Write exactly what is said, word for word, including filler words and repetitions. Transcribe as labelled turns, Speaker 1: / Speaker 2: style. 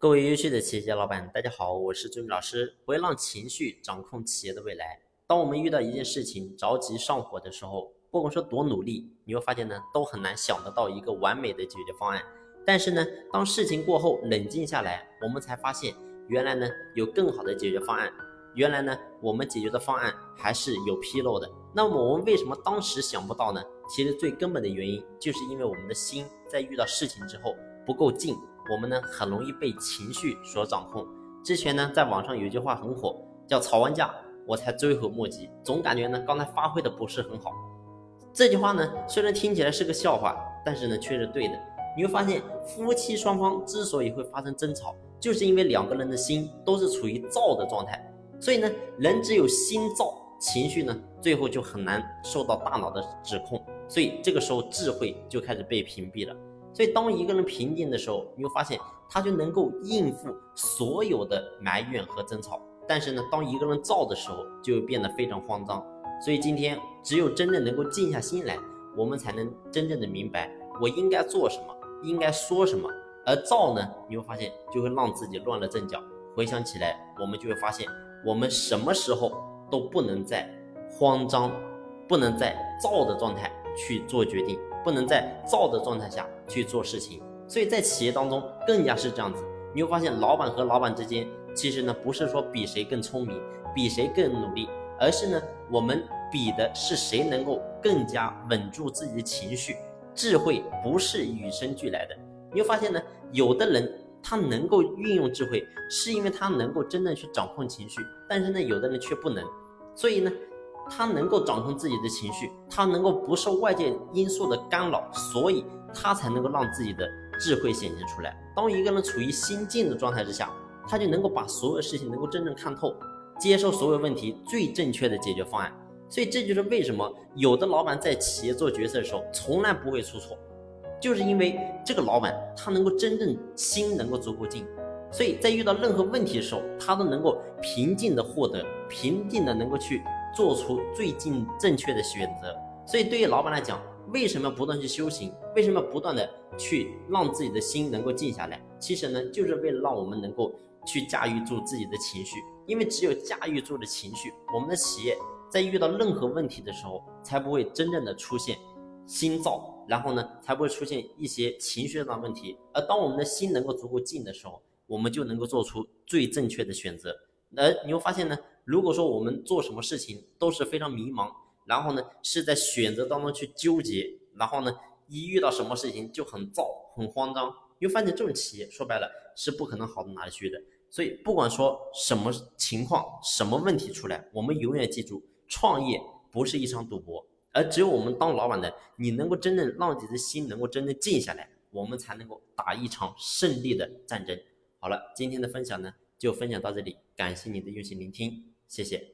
Speaker 1: 各位优秀的企业家老板，大家好，我是周明老师。不要让情绪掌控企业的未来。当我们遇到一件事情着急上火的时候，不管说多努力，你会发现呢，都很难想得到一个完美的解决方案。但是呢，当事情过后冷静下来，我们才发现，原来呢有更好的解决方案。原来呢，我们解决的方案还是有纰漏的。那么我们为什么当时想不到呢？其实最根本的原因，就是因为我们的心在遇到事情之后不够静。我们呢很容易被情绪所掌控。之前呢在网上有一句话很火，叫吵完架我才追悔莫及，总感觉呢刚才发挥的不是很好。这句话呢虽然听起来是个笑话，但是呢却是对的。你会发现夫妻双方之所以会发生争吵，就是因为两个人的心都是处于躁的状态。所以呢人只有心躁，情绪呢最后就很难受到大脑的指控，所以这个时候智慧就开始被屏蔽了。所以当一个人平静的时候，你会发现他就能够应付所有的埋怨和争吵。但是呢，当一个人躁的时候，就会变得非常慌张。所以今天只有真正能够静下心来，我们才能真正的明白我应该做什么，应该说什么。而躁呢，你会发现就会让自己乱了阵脚。回想起来，我们就会发现我们什么时候都不能在慌张，不能在躁的状态去做决定，不能在躁的状态下去做事情。所以在企业当中更加是这样子。你会发现老板和老板之间，其实呢不是说比谁更聪明，比谁更努力，而是呢我们比的是谁能够更加稳住自己的情绪。智慧不是与生俱来的。你会发现呢，有的人他能够运用智慧，是因为他能够真正去掌控情绪，但是呢有的人却不能。所以呢他能够掌控自己的情绪，他能够不受外界因素的干扰，所以他才能够让自己的智慧显现出来。当一个人处于心静的状态之下，他就能够把所有事情能够真正看透，接受所有问题最正确的解决方案。所以这就是为什么有的老板在企业做决策的时候从来不会出错，就是因为这个老板他能够真正心能够足够静，所以在遇到任何问题的时候，他都能够平静的获得，平静的能够去做出最近正确的选择。所以对于老板来讲，为什么不断去修行，为什么不断的去让自己的心能够静下来，其实呢就是为了让我们能够去驾驭住自己的情绪。因为只有驾驭住了情绪，我们的企业在遇到任何问题的时候才不会真正的出现心躁，然后呢才不会出现一些情绪上的问题。而当我们的心能够足够静的时候，我们就能够做出最正确的选择。而你会发现呢，如果说我们做什么事情都是非常迷茫，然后呢是在选择当中去纠结，然后呢一遇到什么事情就很躁很慌张，你会发现这种企业说白了是不可能好到哪里去的。所以不管说什么情况，什么问题出来，我们永远记住，创业不是一场赌博，而只有我们当老板的，你能够真正让自己的心能够真正静下来，我们才能够打一场胜利的战争。好了，今天的分享呢就分享到这里，感谢你的用心聆听，谢谢。